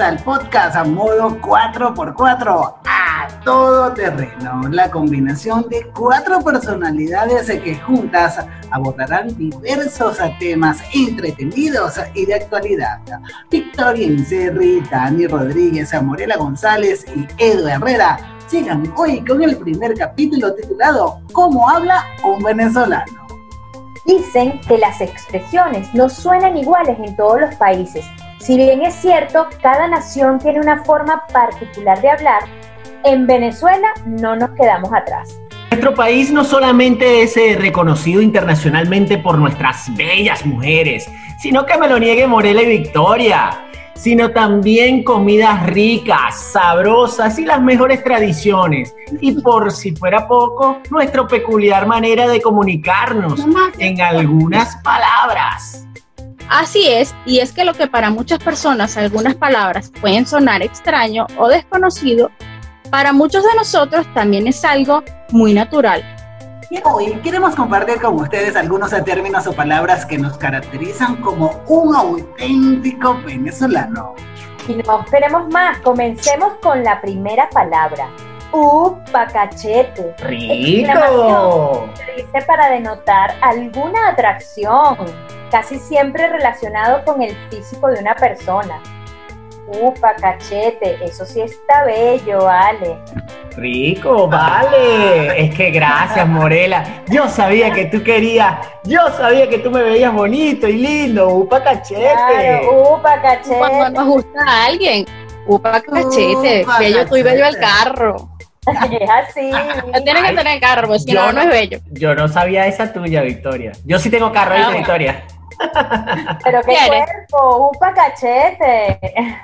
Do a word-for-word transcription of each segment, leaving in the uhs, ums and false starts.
al podcast a modo cuatro por cuatro, a todo terreno. La combinación de cuatro personalidades que juntas abordarán diversos temas entretenidos y de actualidad. Victoria Inserri, Dani Rodríguez, Morela González y Edu Herrera llegan hoy con el primer capítulo titulado ¿Cómo habla un venezolano? Dicen que las expresiones no suenan iguales en todos los países. Si bien es cierto, cada nación tiene una forma particular de hablar, en Venezuela no nos quedamos atrás. Nuestro país no solamente es eh, reconocido internacionalmente por nuestras bellas mujeres, sino que me lo niegue Morela y Victoria, sino también comidas ricas, sabrosas y las mejores tradiciones. Y por si fuera poco, nuestra peculiar manera de comunicarnos en algunas palabras. Así es, y es que lo que para muchas personas algunas palabras pueden sonar extraño o desconocido, para muchos de nosotros también es algo muy natural. Y hoy queremos compartir con ustedes algunos términos o palabras que nos caracterizan como un auténtico venezolano. Y no esperemos más, comencemos con la primera palabra. Upacachete. ¡Rico! Se dice para denotar alguna atracción, casi siempre relacionado con el físico de una persona. Upa, cachete, eso sí está bello, vale. Rico, vale. Es que gracias, Morela. Yo sabía que tú querías, yo sabía que tú me veías bonito y lindo. Upa, cachete. Claro, upa, cachete. Cuando nos gusta a alguien, upa, cachete. Upa, bello tú y bello el cachete. carro. Es así. No tienes que tener carro, pues, si Yo no, no es bello. Yo no sabía esa tuya, Victoria. Yo sí tengo carro, Ah, ¿viste, Victoria? Pero qué ¿Quieres? cuerpo, upa, cachete.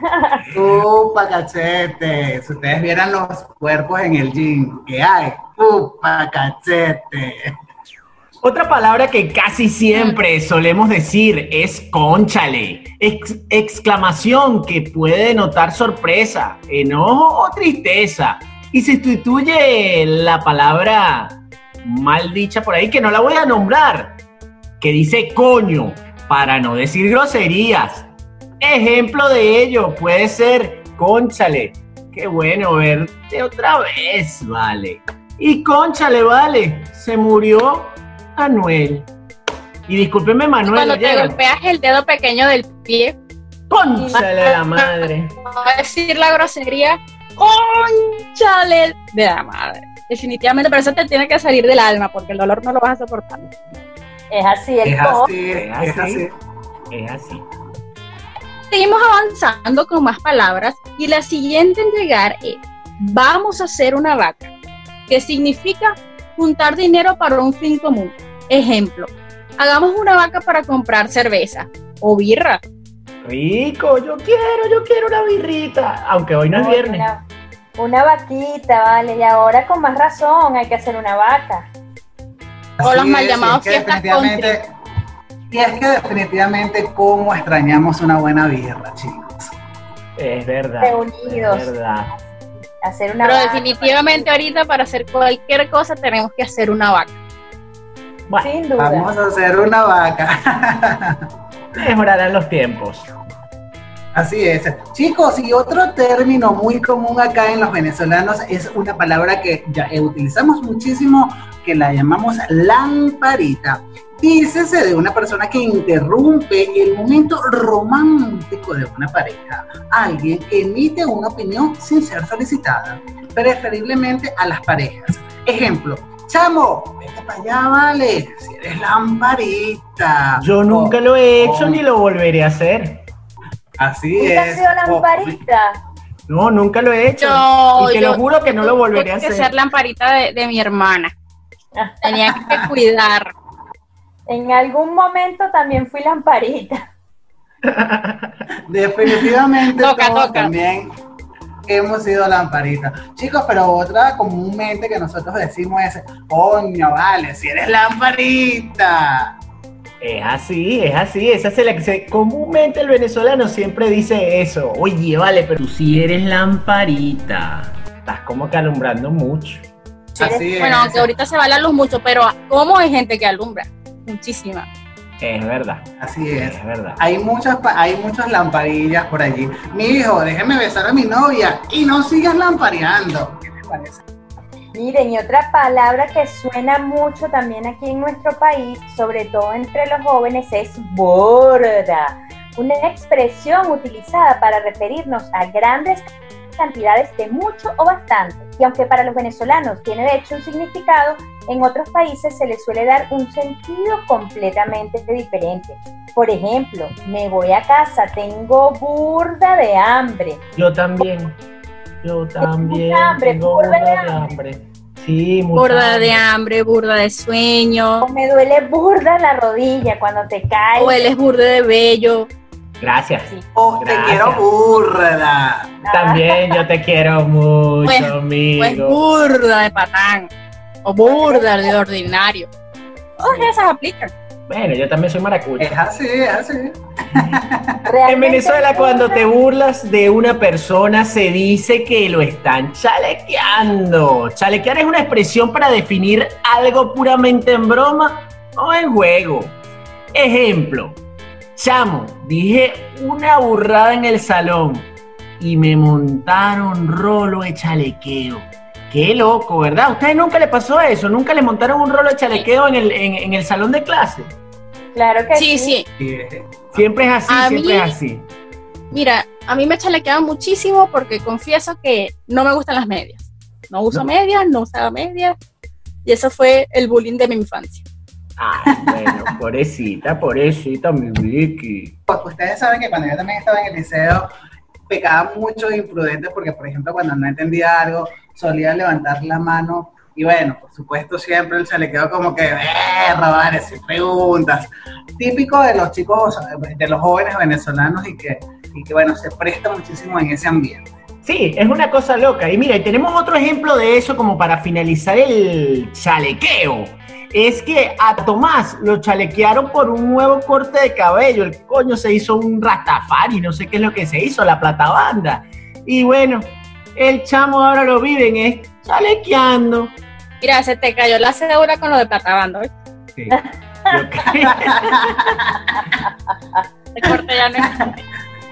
Upa, cachete. Si ustedes vieran los cuerpos en el gym que hay, upa, cachete. Otra palabra que casi siempre solemos decir es cónchale, ex- exclamación que puede denotar sorpresa, enojo o tristeza, y sustituye la palabra mal dicha por ahí, que no la voy a nombrar, que dice coño, para no decir groserías. Ejemplo de ello puede ser cónchale, qué bueno verte otra vez, vale. Y cónchale, vale, se murió Manuel. Y discúlpeme, Manuel, Cuando no te llega. golpeas el dedo pequeño del pie, Cónchale la madre. va a decir la grosería, cónchale de la madre. Definitivamente, pero eso te tiene que salir del alma, porque el dolor no lo vas a soportar. Es así, el Es co. así, Es es así. así. Es así. Seguimos avanzando con más palabras y la siguiente en llegar es vamos a hacer una vaca, que significa juntar dinero para un fin común. Ejemplo, hagamos una vaca para comprar cerveza o birra. Rico, yo quiero, yo quiero una birrita. Aunque hoy no es viernes. Una, una vaquita, vale, y ahora con más razón hay que hacer una vaca. O Así los mal es, llamados y es que fiestas definitivamente, y es que definitivamente cómo extrañamos una buena birra, chicos. Es verdad. Reunidos. Es verdad. Hacer una Pero vaca. definitivamente ahorita para hacer cualquier cosa tenemos que hacer una vaca. Bueno, Sin duda. Vamos a hacer una vaca. mejorarán los tiempos. Así es. Chicos, y otro término muy común acá en los venezolanos es una palabra que ya eh, utilizamos muchísimo, que la llamamos lamparita. Dícese de una persona que interrumpe el momento romántico de una pareja. Alguien que emite una opinión sin ser solicitada, preferiblemente a las parejas. Ejemplo, chamo, vete para allá, vale, si eres lamparita. Yo nunca O- lo he hecho o- ni lo volveré a hacer. Así ¿Nunca has es. sido O- lamparita? No, nunca lo he hecho. Yo, y te yo- lo juro que no lo volveré a Tuve que hacer. ser lamparita de, de mi hermana. Tenía que cuidar. En algún momento también fui lamparita. Definitivamente Toca, todos toca. también hemos sido lamparitas. Chicos, pero otra comúnmente que nosotros decimos es, coño, vale, si eres lamparita. Es así, es así, esa es la que se... Comúnmente el venezolano siempre dice eso. Oye, vale, pero tú sí eres lamparita. Estás como que alumbrando mucho. Así es. Bueno, aunque ahorita se va la luz mucho, pero ¿cómo hay gente que alumbra? Muchísima. Es verdad. Así es. Es verdad. Hay muchas, pa- hay muchas lamparillas por allí. Mi hijo, déjeme besar a mi novia y no sigas lampareando. ¿Qué te parece? Miren, y otra palabra que suena mucho también aquí en nuestro país, sobre todo entre los jóvenes, es borda. Una expresión utilizada para referirnos a grandes cantidades de mucho o bastante. Y aunque para los venezolanos tiene de hecho un significado, en otros países se le suele dar un sentido completamente diferente. Por ejemplo, me voy a casa, tengo burda de hambre. Yo también. Yo también. mucha hambre, tengo burda burda de de hambre. hambre. Sí, mucha Burda de hambre, burda de sueño, O me duele burda la rodilla cuando te caes. o él es burda de bello. Gracias. Sí. Oh, te Gracias. quiero burda. También yo te quiero mucho, Pues- amigo. O es burda de patán, o burda de ordinario. Todas esas aplican. Bueno, yo también soy maracucho. Es así, es así. Realmente En Venezuela, cuando burda- te burlas de una persona, se dice que lo están chalequeando. Chalequear es una expresión para definir algo puramente en broma o en juego. Ejemplo, chamo, dije una burrada en el salón y me montaron rolo de chalequeo. Qué loco, ¿verdad? ¿A ustedes nunca les pasó eso? ¿Nunca les montaron un rolo de chalequeo en el, en, en el salón de clase? Claro que Sí, sí. Sí, es- Siempre es así, A siempre mí- es así. Mira, a mí me chalequeaban muchísimo porque confieso que no me gustan las medias. No uso No. medias, no usaba medias. Y eso fue el bullying de mi infancia. Ay, bueno, pobrecita, pobrecita, mi Vicky. Pues ustedes saben que cuando yo también estaba en el liceo, pecaba mucho de imprudente porque, por ejemplo, cuando no entendía algo, solía levantar la mano y bueno, por supuesto siempre él se le quedó como que, eh, vale, sin preguntas. Típico de los chicos, de los jóvenes venezolanos y que, y que bueno, se presta muchísimo en ese ambiente. Sí, es una cosa loca. Y mira, y tenemos otro ejemplo de eso como para finalizar el chalequeo. Es que a Tomás lo chalequearon por un nuevo corte de cabello. El coño se hizo un rastafari, no sé qué es lo que se hizo, la platabanda. Y bueno, el chamo ahora lo viven es chalequeando. Mira, se te cayó la cédula con lo de platabando. ¿eh? Sí. Yo creo- Este corte ya no existe.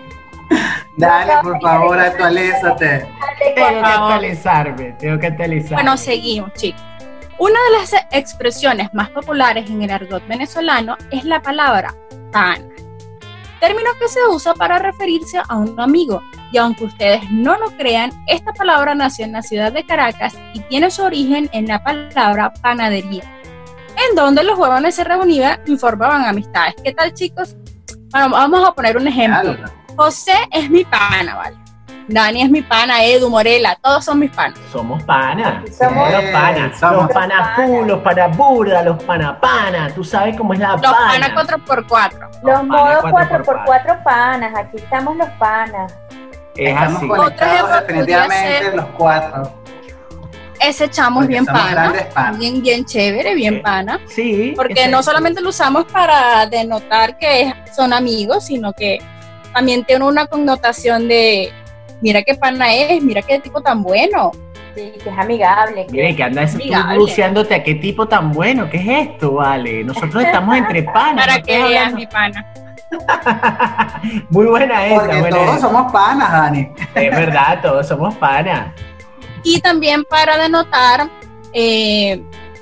Dale, por favor, actualízate. Tengo que favor. actualizarme, tengo que actualizarme. Bueno, seguimos, chicos. Una de las expresiones más populares en el argot venezolano es la palabra pana, término que se usa para referirse a un amigo. Y aunque ustedes no lo crean, esta palabra nació en la ciudad de Caracas y tiene su origen en la palabra panadería, en donde los jóvenes se reunían y formaban amistades. ¿Qué tal, chicos? Bueno, vamos a poner un ejemplo. Claro. José es mi pana, ¿vale? Dani es mi pana, Edu, Morela, todos son mis panas. Somos panas, Somos- los panas, somos los panas full, los panas burda, los panas pana, tú sabes cómo es la Los pana. panas cuatro por cuatro. Los Los modos panas cuatro por cuatro cuatro panas, aquí estamos los panas. Es Estamos así. Otro conectados ejemplo definitivamente podría ser- los cuatro. Ese chamo es Porque bien somos pana, grandes panas. bien, bien chévere, bien Sí. pana. Sí. Porque ese- no solamente lo usamos para denotar que son amigos, sino que también tiene una connotación de, mira qué pana es, mira qué tipo tan bueno. Sí, que es amigable. que- Mire, que andas tú Amigable. buceándote a qué tipo tan bueno, ¿qué es esto, vale? Nosotros estamos entre panas. Para ¿no que estás veas hablando? mi pana. Muy buena esa, Porque buena todos esa. somos panas, Dani. Es verdad, todos somos panas. Y también para denotar eh,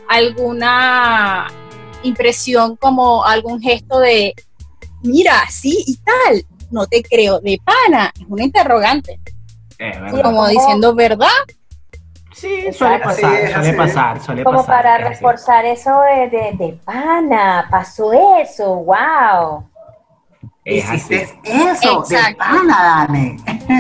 alguna impresión como algún gesto de, mira, sí y tal, no te creo, de pana, es una interrogante, Es Sí, verdad. como como- diciendo, ¿verdad? Sí, suele Exacto. pasar, Sí, es suele así. pasar, suele Como pasar. para es así. reforzar eso de, de, de pana, pasó eso, wow. Es así. Hiciste eso de Exacto. pana, Dani.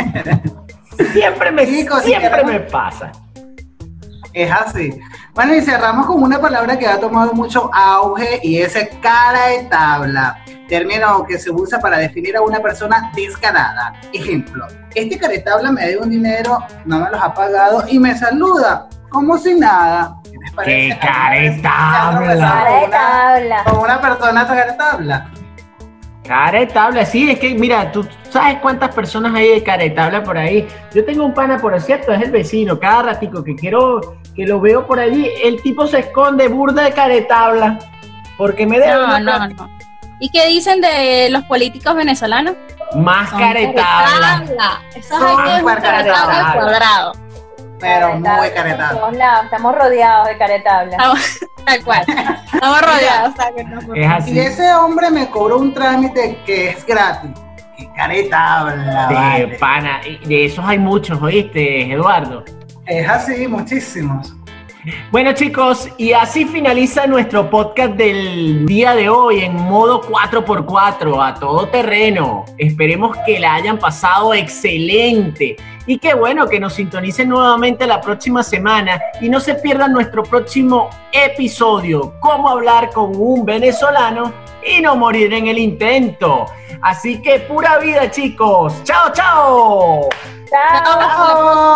Siempre me, Chicos, si siempre queremos- me pasa. Es así. Bueno, y cerramos con una palabra que ha tomado mucho auge y es cara de tabla, término que se usa para definir a una persona descarada. Ejemplo, este cara de tabla me debe un dinero, no me los ha pagado y me saluda como si nada. ¿Qué les parece? ¡Qué cara de ¿Ya han tropezado tabla! Cara de con una- tabla. con una persona cara de tabla? Cara de tabla, sí, es que mira, tú sabes cuántas personas hay de cara de tabla por ahí. Yo tengo un pana, por cierto, es el vecino, cada ratico que quiero, que lo veo por allí, el tipo se esconde burda de cara de tabla, porque me debe No, una no, plata. no. ¿Y qué dicen de los políticos venezolanos? Más Son caretabla. caretabla. Esa Son gente es un caretabla. caretabla al cuadrado. Pero muy Caretabla, caretabla. por todos lados, estamos rodeados de caretabla. Estamos- Tal cual. Estamos rodeados. o sea, que no- Es así. Y ese hombre me cobró un trámite que es gratis. Qué caretabla, De vale. pana. Y de esos hay muchos, ¿oíste, Eduardo? Es así, muchísimos. Bueno, chicos, y así finaliza nuestro podcast del día de hoy en modo cuatro por cuatro, a todo terreno. Esperemos que la hayan pasado excelente y qué bueno que nos sintonicen nuevamente la próxima semana y no se pierdan nuestro próximo episodio, cómo hablar con un venezolano y no morir en el intento. Así que pura vida, chicos. ¡Chao, chao! Chao. ¡Chao!